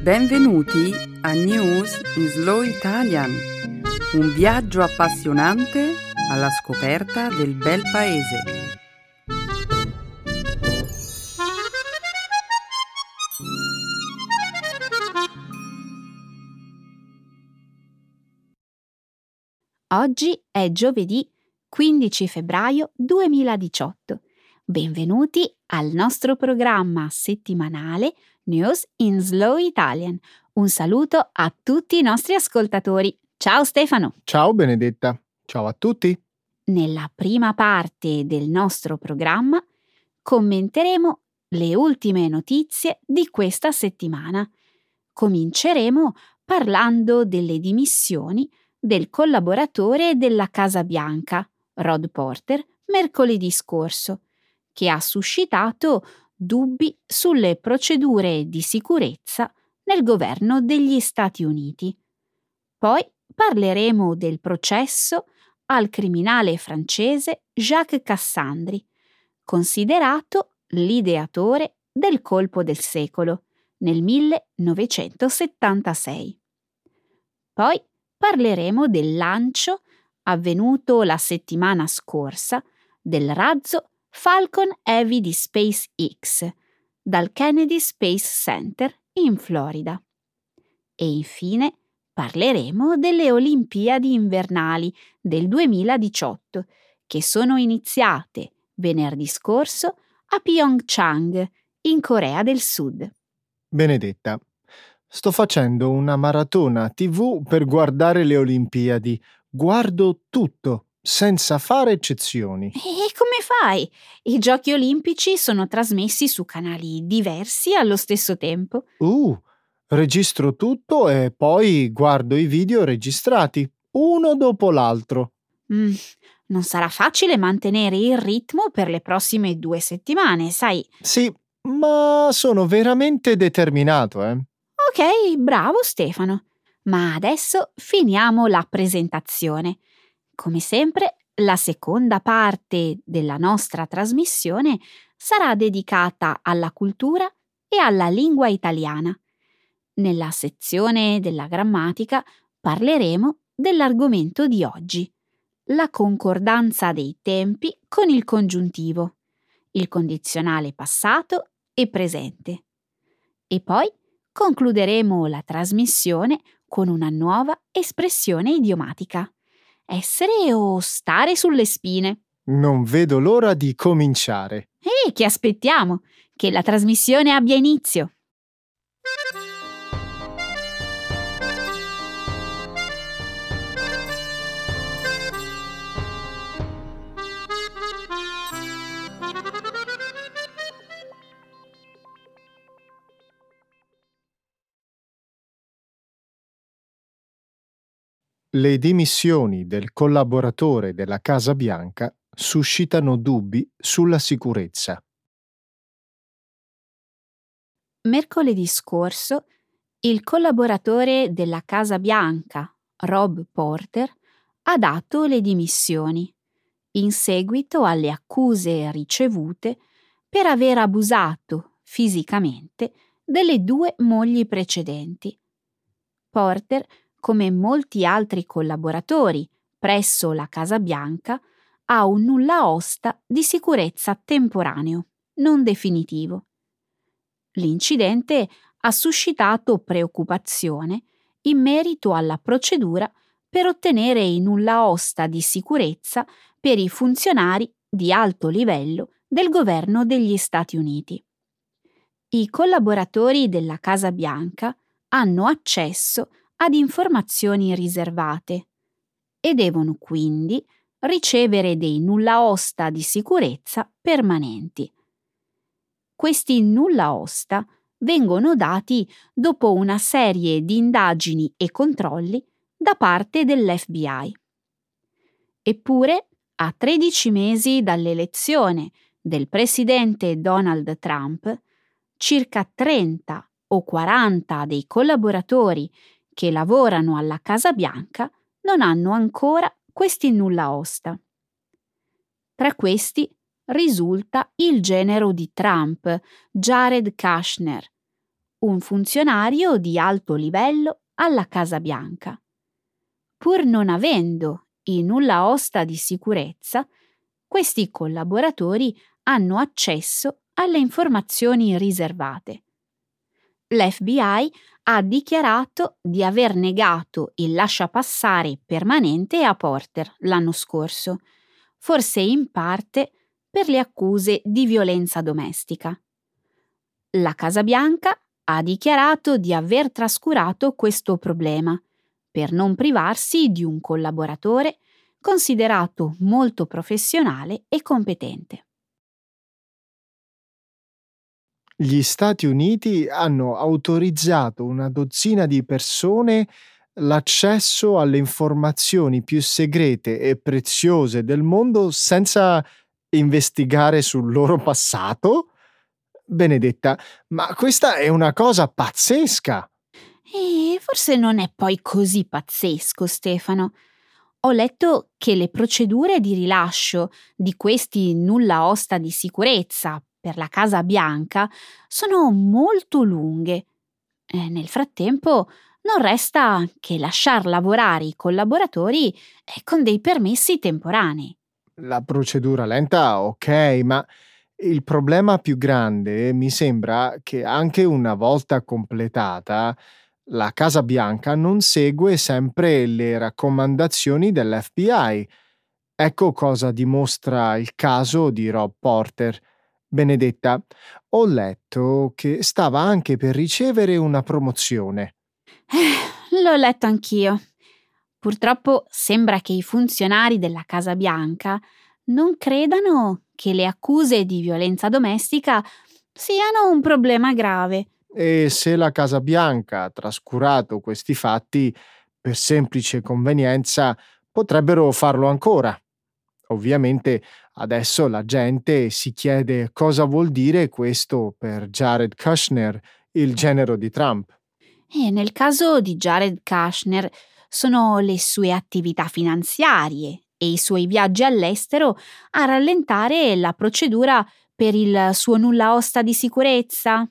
Benvenuti a News in Slow Italian, un viaggio appassionante alla scoperta del bel paese. Oggi è giovedì 15 febbraio 2018. Benvenuti al nostro programma settimanale News in Slow Italian. Un saluto a tutti i nostri ascoltatori. Ciao Stefano! Ciao Benedetta, ciao a tutti! Nella prima parte del nostro programma commenteremo le ultime notizie di questa settimana. Cominceremo parlando delle dimissioni del collaboratore della Casa Bianca, Rod Porter, mercoledì scorso, che ha suscitato dubbi sulle procedure di sicurezza nel governo degli Stati Uniti. Poi parleremo del processo al criminale francese Jacques Cassandri, considerato l'ideatore del colpo del secolo nel 1976. Poi parleremo del lancio, avvenuto la settimana scorsa, del razzo Falcon Heavy di SpaceX dal Kennedy Space Center in Florida. E infine parleremo delle Olimpiadi invernali del 2018 che sono iniziate venerdì scorso a Pyeongchang, in Corea del Sud. Benedetta, sto facendo una maratona TV per guardare le Olimpiadi. Guardo tutto, senza fare eccezioni. E come fai? I Giochi Olimpici sono trasmessi su canali diversi allo stesso tempo. Registro tutto e poi guardo i video registrati, uno dopo l'altro. Non sarà facile mantenere il ritmo per le prossime 2 settimane, sai? Sì, ma sono veramente determinato, Ok, bravo Stefano. Ma adesso finiamo la presentazione. Come sempre, la seconda parte della nostra trasmissione sarà dedicata alla cultura e alla lingua italiana. Nella sezione della grammatica parleremo dell'argomento di oggi, la concordanza dei tempi con il congiuntivo, il condizionale passato e presente. E poi concluderemo la trasmissione con una nuova espressione idiomatica. Essere o stare sulle spine. Non vedo l'ora di cominciare. E che aspettiamo? Che la trasmissione abbia inizio. Le dimissioni del collaboratore della Casa Bianca suscitano dubbi sulla sicurezza. Mercoledì scorso, il collaboratore della Casa Bianca, Rob Porter, ha dato le dimissioni in seguito alle accuse ricevute per aver abusato fisicamente delle 2 mogli precedenti. Porter, come molti altri collaboratori presso la Casa Bianca, ha un nulla osta di sicurezza temporaneo, non definitivo. L'incidente ha suscitato preoccupazione in merito alla procedura per ottenere il nulla osta di sicurezza per i funzionari di alto livello del governo degli Stati Uniti. I collaboratori della Casa Bianca hanno accesso ad informazioni riservate e devono quindi ricevere dei nulla osta di sicurezza permanenti. Questi nulla osta vengono dati dopo una serie di indagini e controlli da parte dell'FBI. Eppure, a 13 mesi dall'elezione del presidente Donald Trump, circa 30 o 40 dei collaboratori che lavorano alla Casa Bianca non hanno ancora questi nulla osta. Tra questi risulta il genero di Trump, Jared Kushner, un funzionario di alto livello alla Casa Bianca. Pur non avendo i nulla osta di sicurezza, questi collaboratori hanno accesso alle informazioni riservate. L'FBI ha dichiarato di aver negato il lasciapassare permanente a Porter l'anno scorso, forse in parte per le accuse di violenza domestica. La Casa Bianca ha dichiarato di aver trascurato questo problema per non privarsi di un collaboratore considerato molto professionale e competente. Gli Stati Uniti hanno autorizzato una dozzina di persone l'accesso alle informazioni più segrete e preziose del mondo senza investigare sul loro passato? Benedetta, ma questa è una cosa pazzesca! E forse non è poi così pazzesco, Stefano. Ho letto che le procedure di rilascio di questi nulla osta di sicurezza per la Casa Bianca sono molto lunghe. Nel frattempo non resta che lasciar lavorare i collaboratori con dei permessi temporanei. La procedura lenta, ok, ma il problema più grande mi sembra che anche una volta completata, la Casa Bianca non segue sempre le raccomandazioni dell'FBI. Ecco cosa dimostra il caso di Rob Porter. Benedetta, ho letto che stava anche per ricevere una promozione. L'ho letto anch'io. Purtroppo sembra che i funzionari della Casa Bianca non credano che le accuse di violenza domestica siano un problema grave. E se la Casa Bianca ha trascurato questi fatti, per semplice convenienza, potrebbero farlo ancora. Ovviamente adesso la gente si chiede cosa vuol dire questo per Jared Kushner, il genero di Trump. E nel caso di Jared Kushner sono le sue attività finanziarie e i suoi viaggi all'estero a rallentare la procedura per il suo nulla osta di sicurezza.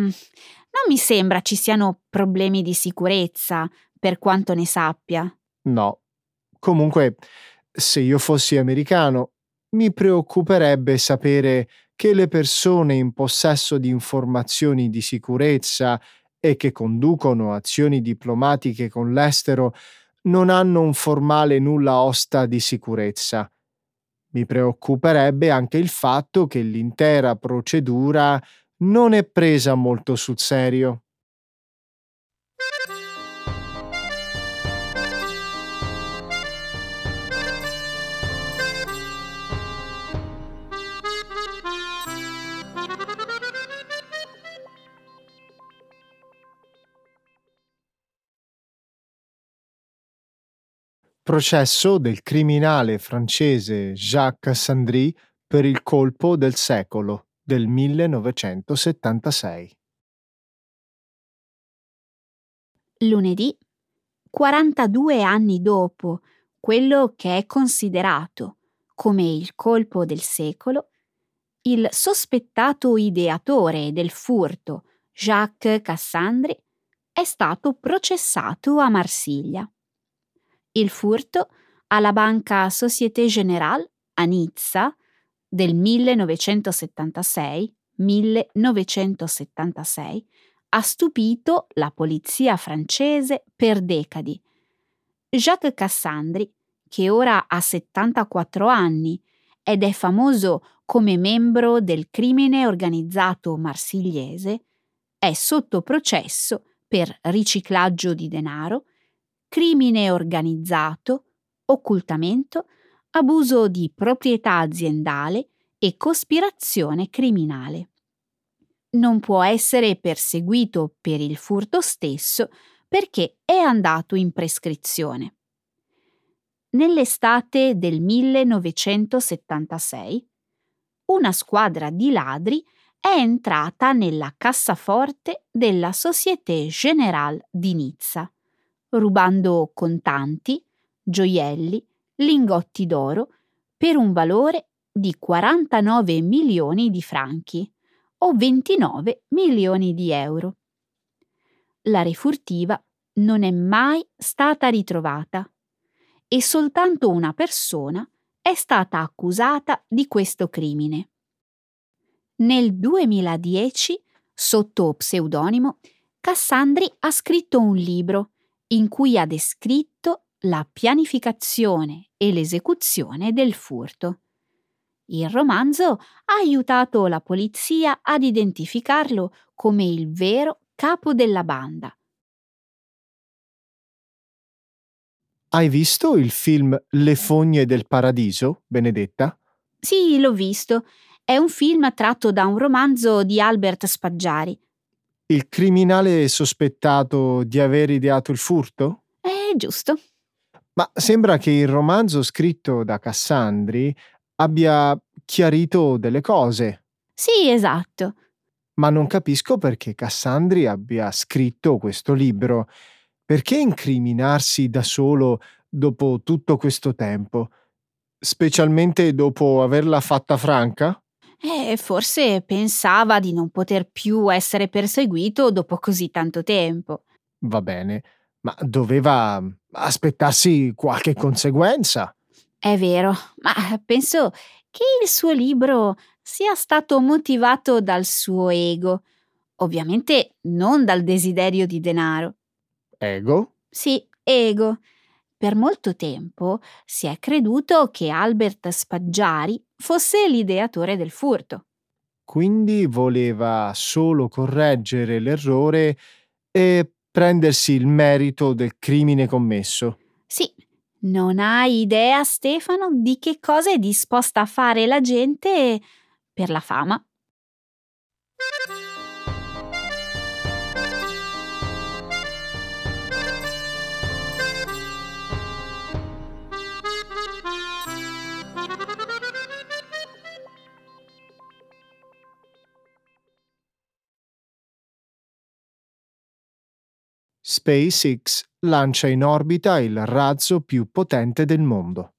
Non mi sembra ci siano problemi di sicurezza, per quanto ne sappia. No. Comunque, se io fossi americano, mi preoccuperebbe sapere che le persone in possesso di informazioni di sicurezza e che conducono azioni diplomatiche con l'estero non hanno un formale nulla osta di sicurezza. Mi preoccuperebbe anche il fatto che l'intera procedura non è presa molto sul serio. Processo del criminale francese Jacques Cassandri per il colpo del secolo del 1976. Lunedì, 42 anni dopo quello che è considerato come il colpo del secolo, il sospettato ideatore del furto, Jacques Cassandri, è stato processato a Marsiglia. Il furto alla banca Société Générale a Nizza del 1976 ha stupito la polizia francese per decadi. Jacques Cassandri, che ora ha 74 anni ed è famoso come membro del crimine organizzato marsigliese, è sotto processo per riciclaggio di denaro, crimine organizzato, occultamento, abuso di proprietà aziendale e cospirazione criminale. Non può essere perseguito per il furto stesso perché è andato in prescrizione. Nell'estate del 1976, una squadra di ladri è entrata nella cassaforte della Société Générale di Nizza, rubando contanti, gioielli, lingotti d'oro per un valore di 49 milioni di franchi o 29 milioni di euro. la refurtiva non è mai stata ritrovata e soltanto una persona è stata accusata di questo crimine. Nel 2010, sotto pseudonimo, Cassandri ha scritto un libro in cui ha descritto la pianificazione e l'esecuzione del furto. Il romanzo ha aiutato la polizia ad identificarlo come il vero capo della banda. Hai visto il film Le fogne del paradiso, Benedetta? Sì, l'ho visto. È un film tratto da un romanzo di Albert Spaggiari. Il criminale sospettato di aver ideato il furto? È giusto. Ma sembra che il romanzo scritto da Cassandri abbia chiarito delle cose, Sì, esatto. ma non capisco perché Cassandri abbia scritto questo libro. Perché incriminarsi da solo dopo tutto questo tempo? Specialmente dopo averla fatta franca? Forse pensava di non poter più essere perseguito dopo così tanto tempo. Va bene, ma doveva aspettarsi qualche conseguenza. È vero, ma penso che il suo libro sia stato motivato dal suo ego, ovviamente non dal desiderio di denaro. Ego? Sì, ego. Per molto tempo si è creduto che Albert Spaggiari fosse l'ideatore del furto. Quindi voleva solo correggere l'errore e prendersi il merito del crimine commesso. Sì, non hai idea, Stefano, di che cosa è disposta a fare la gente per la fama. SpaceX lancia in orbita il razzo più potente del mondo.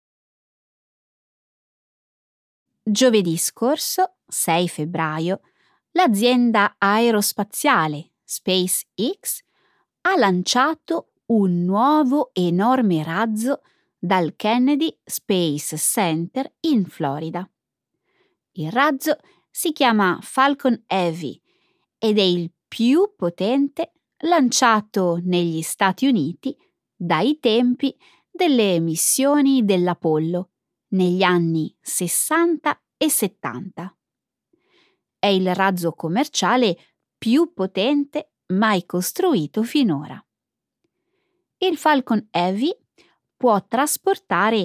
Giovedì scorso, 6 febbraio, l'azienda aerospaziale SpaceX ha lanciato un nuovo enorme razzo dal Kennedy Space Center in Florida. Il razzo si chiama Falcon Heavy ed è il più potente lanciato negli Stati Uniti dai tempi delle missioni dell'Apollo negli anni 60 e 70. È il razzo commerciale più potente mai costruito finora. Il Falcon Heavy può trasportare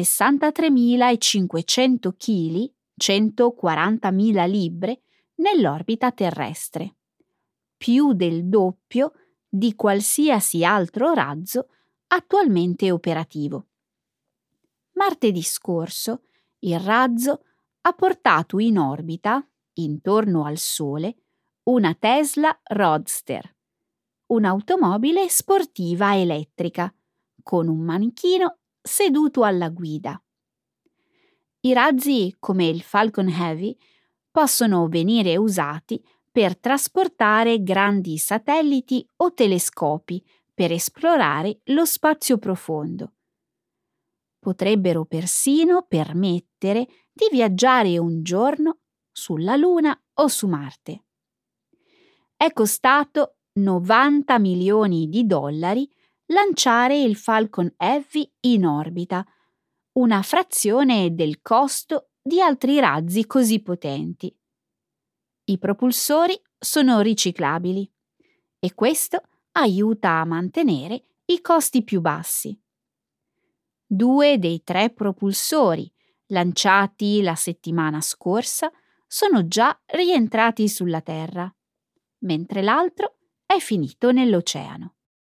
63.500 kg, 140.000 libbre, nell'orbita terrestre, più del doppio di qualsiasi altro razzo attualmente operativo. Martedì scorso il razzo ha portato in orbita, intorno al Sole, una Tesla Roadster, un'automobile sportiva elettrica, con un manichino seduto alla guida. I razzi, come il Falcon Heavy, possono venire usati per trasportare grandi satelliti o telescopi per esplorare lo spazio profondo. Potrebbero persino permettere di viaggiare un giorno sulla Luna o su Marte. È costato 90 milioni di dollari lanciare il Falcon Heavy in orbita, una frazione del costo di altri razzi così potenti. I propulsori sono riciclabili e questo aiuta a mantenere i costi più bassi. 2 dei 3 propulsori lanciati la settimana scorsa sono già rientrati sulla Terra, mentre l'altro è finito nell'oceano.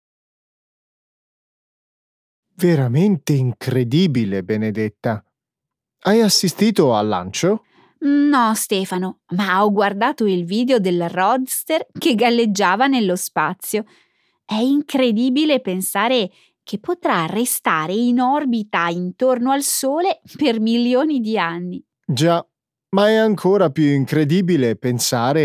Veramente incredibile, Benedetta. Hai assistito al lancio? No, Stefano, ma ho guardato il video del Roadster che galleggiava nello spazio. È incredibile pensare che potrà restare in orbita intorno al Sole per milioni di anni. Già, ma è ancora più incredibile pensare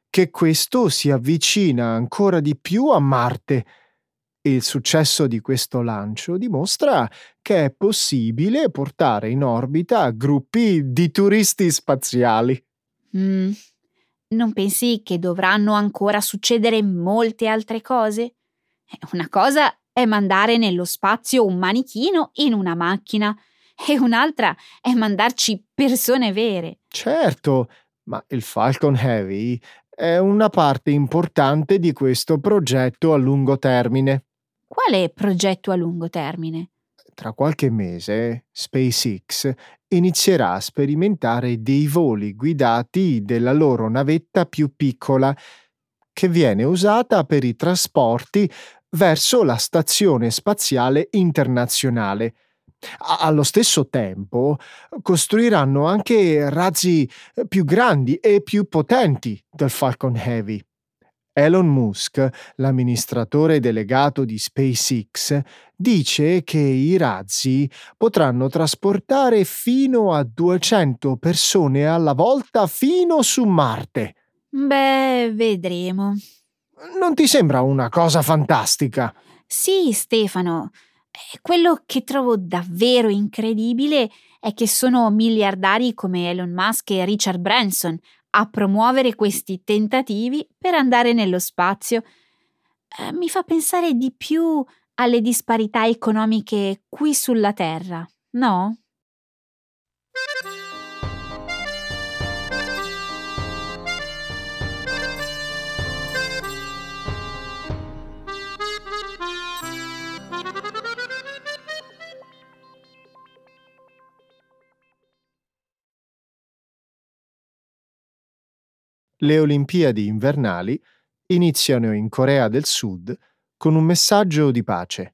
che questo si avvicina ancora di più a Marte. E il successo di questo lancio dimostra che è possibile portare in orbita gruppi di turisti spaziali. Mm, non pensi che dovranno ancora succedere molte altre cose? Una cosa è mandare nello spazio un manichino in una macchina e un'altra è mandarci persone vere. Certo, ma il Falcon Heavy è una parte importante di questo progetto a lungo termine. Quale progetto a lungo termine? Tra qualche mese SpaceX inizierà a sperimentare dei voli guidati della loro navetta più piccola, che viene usata per i trasporti verso la Stazione Spaziale Internazionale. Allo stesso tempo costruiranno anche razzi più grandi e più potenti del Falcon Heavy. Elon Musk, l'amministratore delegato di SpaceX, dice che i razzi potranno trasportare fino a 200 persone alla volta fino su Marte. Beh, vedremo. Non ti sembra una cosa fantastica? Sì, Stefano. Quello che trovo davvero incredibile è che sono miliardari come Elon Musk e Richard Branson a promuovere questi tentativi per andare nello spazio. Mi fa pensare di più alle disparità economiche qui sulla Terra, no? Le Olimpiadi invernali iniziano in Corea del Sud con un messaggio di pace.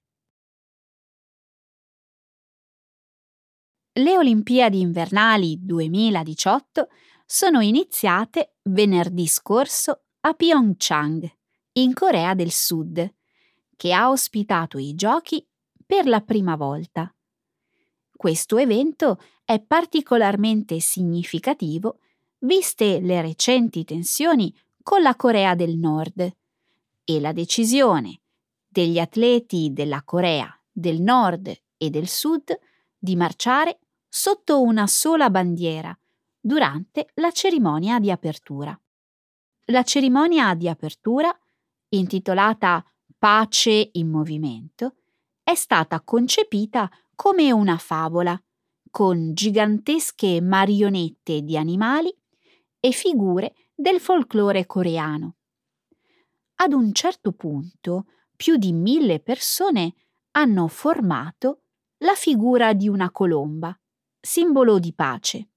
Le Olimpiadi invernali 2018 sono iniziate venerdì scorso a Pyeongchang, in Corea del Sud, che ha ospitato i giochi per la prima volta. Questo evento è particolarmente significativo viste le recenti tensioni con la Corea del Nord e la decisione degli atleti della Corea del Nord e del Sud di marciare sotto una sola bandiera durante la cerimonia di apertura. La cerimonia di apertura, intitolata Pace in Movimento, è stata concepita come una favola, con gigantesche marionette di animali e figure del folklore coreano. Ad un certo punto, più di 1000 persone hanno formato la figura di una colomba, simbolo di pace.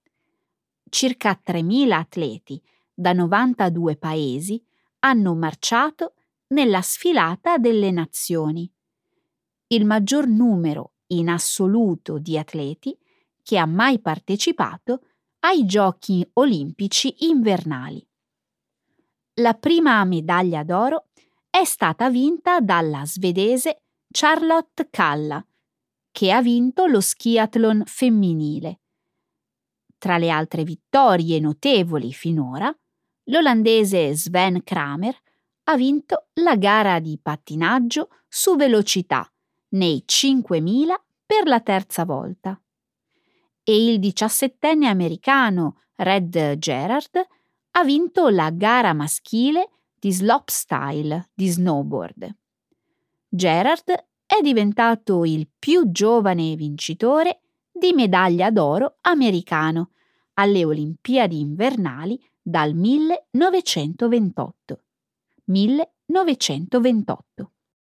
Circa 3000 atleti da 92 paesi hanno marciato nella sfilata delle nazioni, il maggior numero in assoluto di atleti che ha mai partecipato ai Giochi olimpici invernali. La prima medaglia d'oro è stata vinta dalla svedese Charlotte Kalla, che ha vinto lo skiathlon femminile. Tra le altre vittorie notevoli finora, l'olandese Sven Kramer ha vinto la gara di pattinaggio su velocità nei 5000 per la terza volta. E il 17enne americano Red Gerard ha vinto la gara maschile di slopestyle di snowboard. Gerard è diventato il più giovane vincitore di medaglia d'oro americano alle Olimpiadi invernali dal 1928. 1928.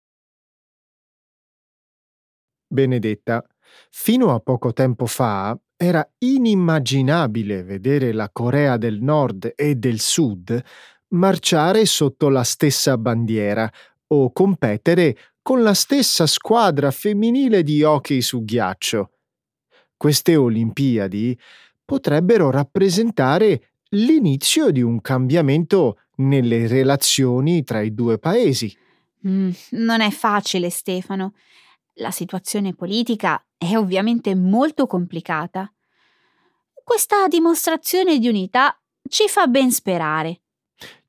Benedetta, fino a poco tempo fa era inimmaginabile vedere la Corea del Nord e del Sud marciare sotto la stessa bandiera o competere con la stessa squadra femminile di hockey su ghiaccio. Queste Olimpiadi potrebbero rappresentare l'inizio di un cambiamento nelle relazioni tra i due paesi. Non è facile, Stefano. La situazione politica è ovviamente molto complicata. Questa dimostrazione di unità ci fa ben sperare.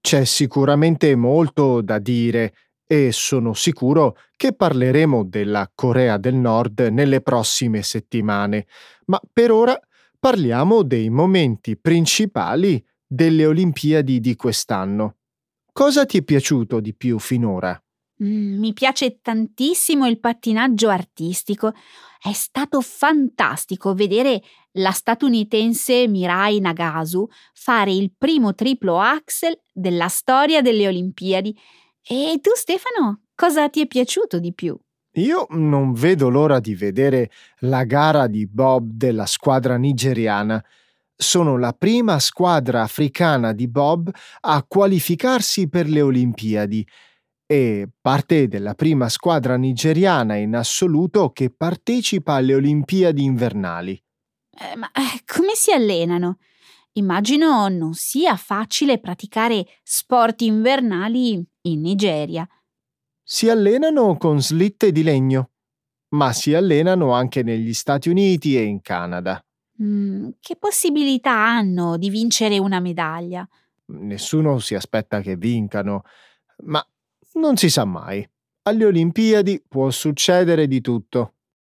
C'è sicuramente molto da dire e sono sicuro che parleremo della Corea del Nord nelle prossime settimane, ma per ora parliamo dei momenti principali delle Olimpiadi di quest'anno. Cosa ti è piaciuto di più finora? Mi piace tantissimo il pattinaggio artistico. È stato fantastico vedere la statunitense Mirai Nagasu fare il primo triplo axel della storia delle Olimpiadi. E tu, Stefano, cosa ti è piaciuto di più? Io non vedo l'ora di vedere la gara di bob della squadra nigeriana. Sono la prima squadra africana di bob a qualificarsi per le Olimpiadi e parte della prima squadra nigeriana in assoluto che partecipa alle Olimpiadi invernali. Ma come si allenano? Immagino non sia facile praticare sport invernali in Nigeria. Si allenano con slitte di legno, ma si allenano anche negli Stati Uniti e in Canada. Che possibilità hanno di vincere una medaglia? Nessuno si aspetta che vincano, ma non si sa mai. Alle Olimpiadi può succedere di tutto.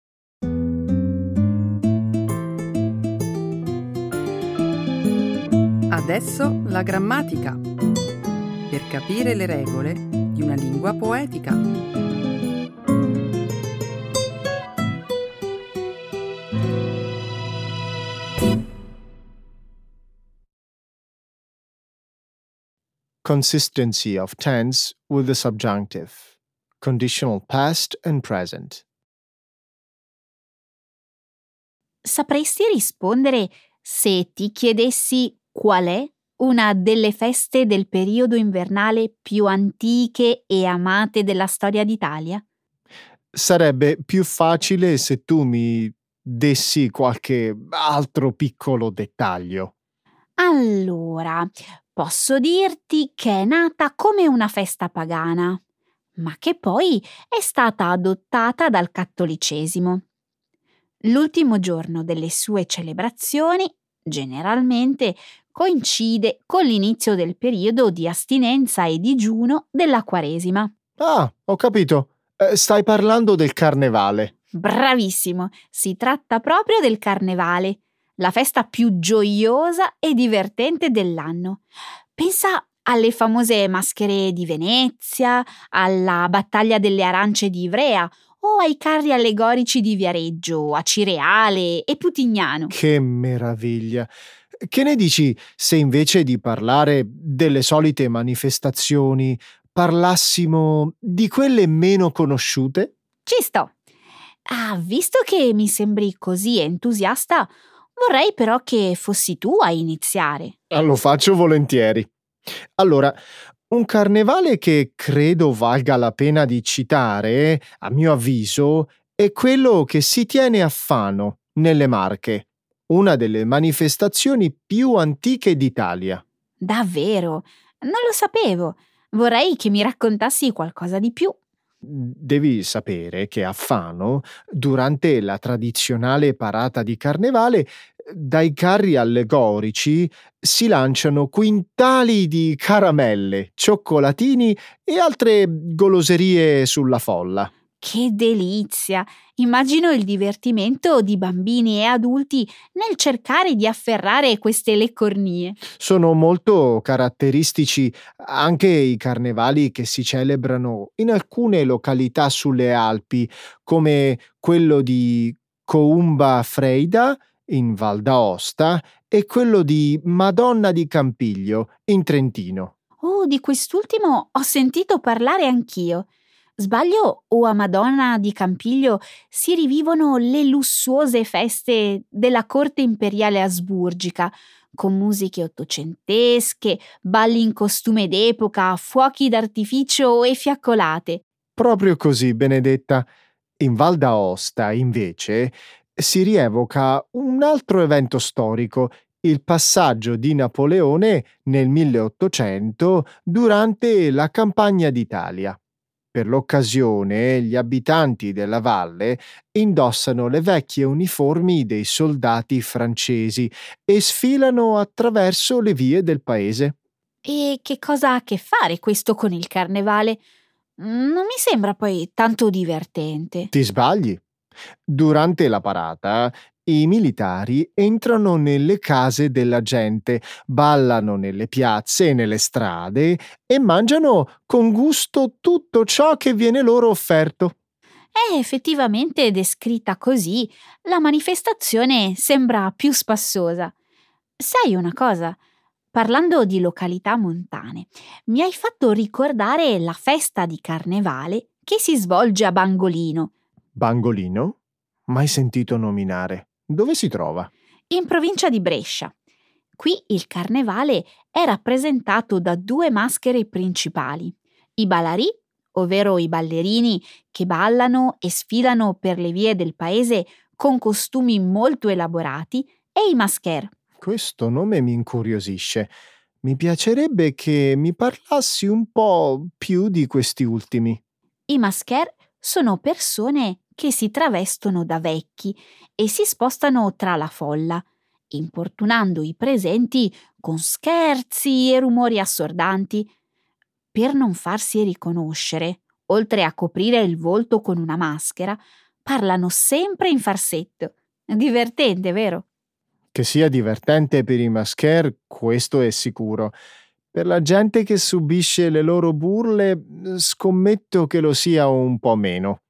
Adesso la grammatica. Per capire le regole di una lingua poetica. Consistency of tense with the subjunctive. Conditional past and present. Sapresti rispondere se ti chiedessi qual è una delle feste del periodo invernale più antiche e amate della storia d'Italia? Sarebbe più facile se tu mi dessi qualche altro piccolo dettaglio. Allora, posso dirti che è nata come una festa pagana, ma che poi è stata adottata dal cattolicesimo. L'ultimo giorno delle sue celebrazioni, generalmente, coincide con l'inizio del periodo di astinenza e digiuno della Quaresima. Ah, ho capito. Stai parlando del carnevale. Bravissimo! Si tratta proprio del Carnevale, la festa più gioiosa e divertente dell'anno. Pensa alle famose maschere di Venezia, alla battaglia delle arance di Ivrea o ai carri allegorici di Viareggio, Acireale e Putignano. Che meraviglia! Che ne dici se invece di parlare delle solite manifestazioni parlassimo di quelle meno conosciute? Ci sto! Visto che mi sembri così entusiasta, vorrei però che fossi tu a iniziare. Lo faccio volentieri. Allora, un carnevale che credo valga la pena di citare, a mio avviso, è quello che si tiene a Fano, nelle Marche, una delle manifestazioni più antiche d'Italia. Davvero? Non lo sapevo. Vorrei che mi raccontassi qualcosa di più. Devi sapere che a Fano, durante la tradizionale parata di carnevale, dai carri allegorici si lanciano quintali di caramelle, cioccolatini e altre goloserie sulla folla. Che delizia! Immagino il divertimento di bambini e adulti nel cercare di afferrare queste leccornie. Sono molto caratteristici anche i carnevali che si celebrano in alcune località sulle Alpi, come quello di Coumba Freida in Val d'Aosta e quello di Madonna di Campiglio in Trentino. Oh, di quest'ultimo ho sentito parlare anch'io. Sbaglio o a Madonna di Campiglio si rivivono le lussuose feste della corte imperiale asburgica, con musiche ottocentesche, balli in costume d'epoca, fuochi d'artificio e fiaccolate. Proprio così, Benedetta. In Val d'Aosta, invece, si rievoca un altro evento storico, il passaggio di Napoleone nel 1800 durante la campagna d'Italia. Per l'occasione, gli abitanti della valle indossano le vecchie uniformi dei soldati francesi e sfilano attraverso le vie del paese. E che cosa ha a che fare questo con il carnevale? Non mi sembra poi tanto divertente. Ti sbagli. Durante la parata, i militari entrano nelle case della gente, ballano nelle piazze e nelle strade e mangiano con gusto tutto ciò che viene loro offerto. E effettivamente descritta così, la manifestazione sembra più spassosa. Sai una cosa? Parlando di località montane, mi hai fatto ricordare la festa di carnevale che si svolge a Bangolino, Bangolino? Mai sentito nominare. Dove si trova? in provincia di Brescia. Qui il carnevale è rappresentato da due maschere principali: i balarì, ovvero i ballerini che ballano e sfilano per le vie del paese con costumi molto elaborati, e i mascher. Questo nome mi incuriosisce. Mi piacerebbe che mi parlassi un po' più di questi ultimi. I mascher sono persone che si travestono da vecchi e si spostano tra la folla, importunando i presenti con scherzi e rumori assordanti. Per non farsi riconoscere, oltre a coprire il volto con una maschera, parlano sempre in farsetto. Divertente, vero? Che sia divertente per i mascher, questo è sicuro. Per la gente che subisce le loro burle, scommetto che lo sia un po' meno.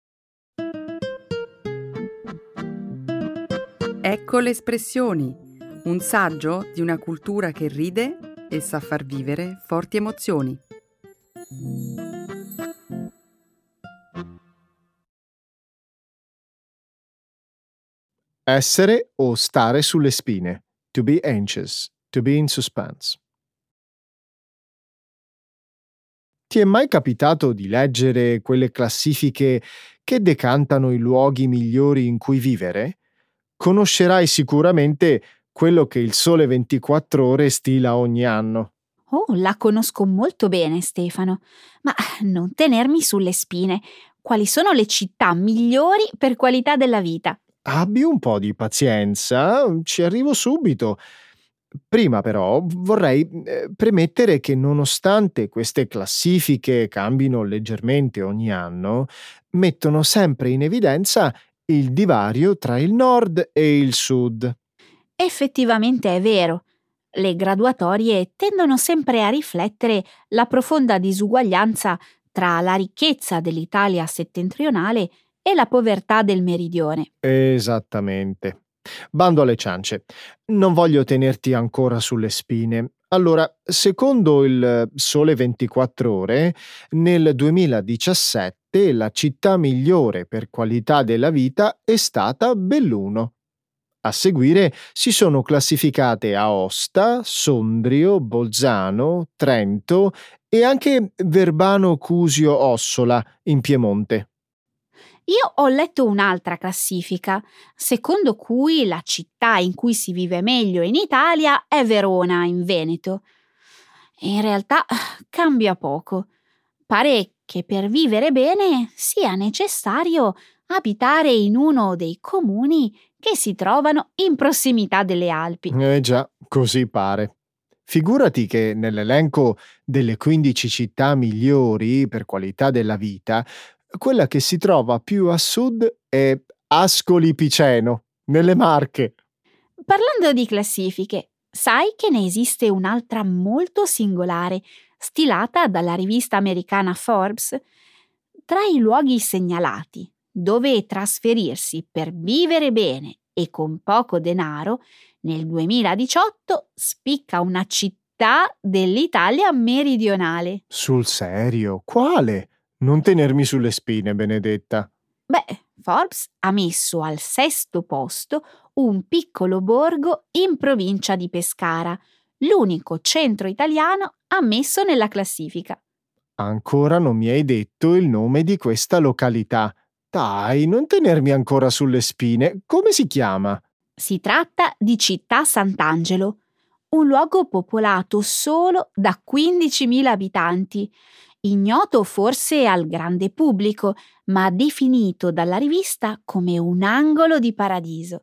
Ecco le espressioni, un saggio di una cultura che ride e sa far vivere forti emozioni. Essere o stare sulle spine. To be anxious. To be in suspense. Ti è mai capitato di leggere quelle classifiche che decantano i luoghi migliori in cui vivere? Conoscerai sicuramente quello che il Sole 24 Ore stila ogni anno. Oh, la conosco molto bene, Stefano, ma non tenermi sulle spine. Quali sono le città migliori per qualità della vita? Abbi un po' di pazienza, ci arrivo subito. Prima però vorrei premettere che nonostante queste classifiche cambino leggermente ogni anno, mettono sempre in evidenza il divario tra il nord e il sud. Effettivamente è vero. Le graduatorie tendono sempre a riflettere la profonda disuguaglianza tra la ricchezza dell'Italia settentrionale e la povertà del meridione. Esattamente. Bando alle ciance. Non voglio tenerti ancora sulle spine. Allora, secondo il Sole 24 Ore, nel 2017 la città migliore per qualità della vita è stata Belluno. A seguire si sono classificate Aosta, Sondrio, Bolzano, Trento e anche Verbano Cusio Ossola in Piemonte. Io ho letto un'altra classifica, secondo cui la città in cui si vive meglio in Italia è Verona, in Veneto. In realtà cambia poco. Pare che per vivere bene sia necessario abitare in uno dei comuni che si trovano in prossimità delle Alpi. Eh già, così pare. Figurati che nell'elenco delle 15 città migliori per qualità della vita, quella che si trova più a sud è Ascoli Piceno, nelle Marche. Parlando di classifiche, sai che ne esiste un'altra molto singolare, stilata dalla rivista americana Forbes? Tra i luoghi segnalati dove trasferirsi per vivere bene e con poco denaro, nel 2018 spicca una città dell'Italia meridionale. Sul serio? Quale? Non tenermi sulle spine, Benedetta. Beh, Forbes ha messo al sesto posto un piccolo borgo in provincia di Pescara, l'unico centro italiano ammesso nella classifica. Ancora non mi hai detto il nome di questa località. Dai, non tenermi ancora sulle spine. Come si chiama? Si tratta di Città Sant'Angelo, un luogo popolato solo da 15.000 abitanti, ignoto forse al grande pubblico, ma definito dalla rivista come un angolo di paradiso.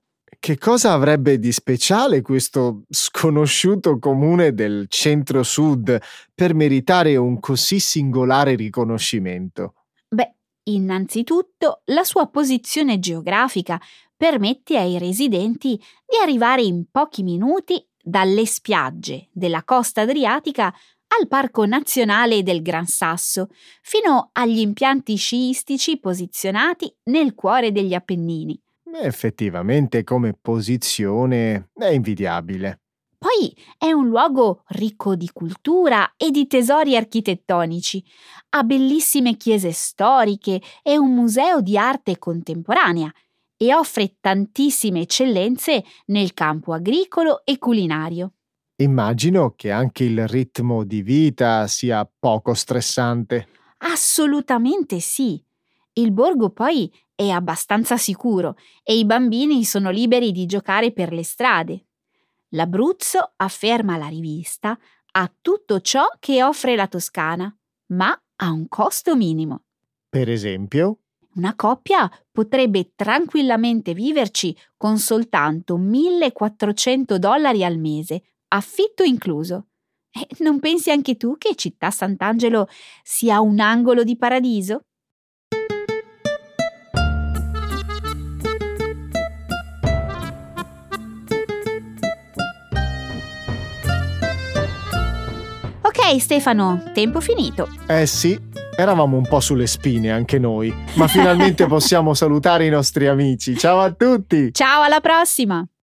che cosa avrebbe di speciale questo sconosciuto comune del centro-sud per meritare un così singolare riconoscimento? Beh, innanzitutto la sua posizione geografica permette ai residenti di arrivare in pochi minuti dalle spiagge della costa adriatica al Parco Nazionale del Gran Sasso, fino agli impianti sciistici posizionati nel cuore degli Appennini. Effettivamente come posizione è invidiabile. Poi è un luogo ricco di cultura e di tesori architettonici. Ha bellissime chiese storiche e un museo di arte contemporanea e offre tantissime eccellenze nel campo agricolo e culinario. Immagino che anche il ritmo di vita sia poco stressante. Assolutamente sì. Il borgo poi è abbastanza sicuro e i bambini sono liberi di giocare per le strade. L'Abruzzo, afferma la rivista, ha tutto ciò che offre la Toscana, ma a un costo minimo. Per esempio? Una coppia potrebbe tranquillamente viverci con soltanto $1.400 al mese, affitto incluso. E non pensi anche tu che Città Sant'Angelo sia un angolo di paradiso? Ok Stefano, tempo finito. Eh sì, eravamo un po' sulle spine anche noi, ma finalmente possiamo salutare i nostri amici. Ciao a tutti! Ciao, alla prossima!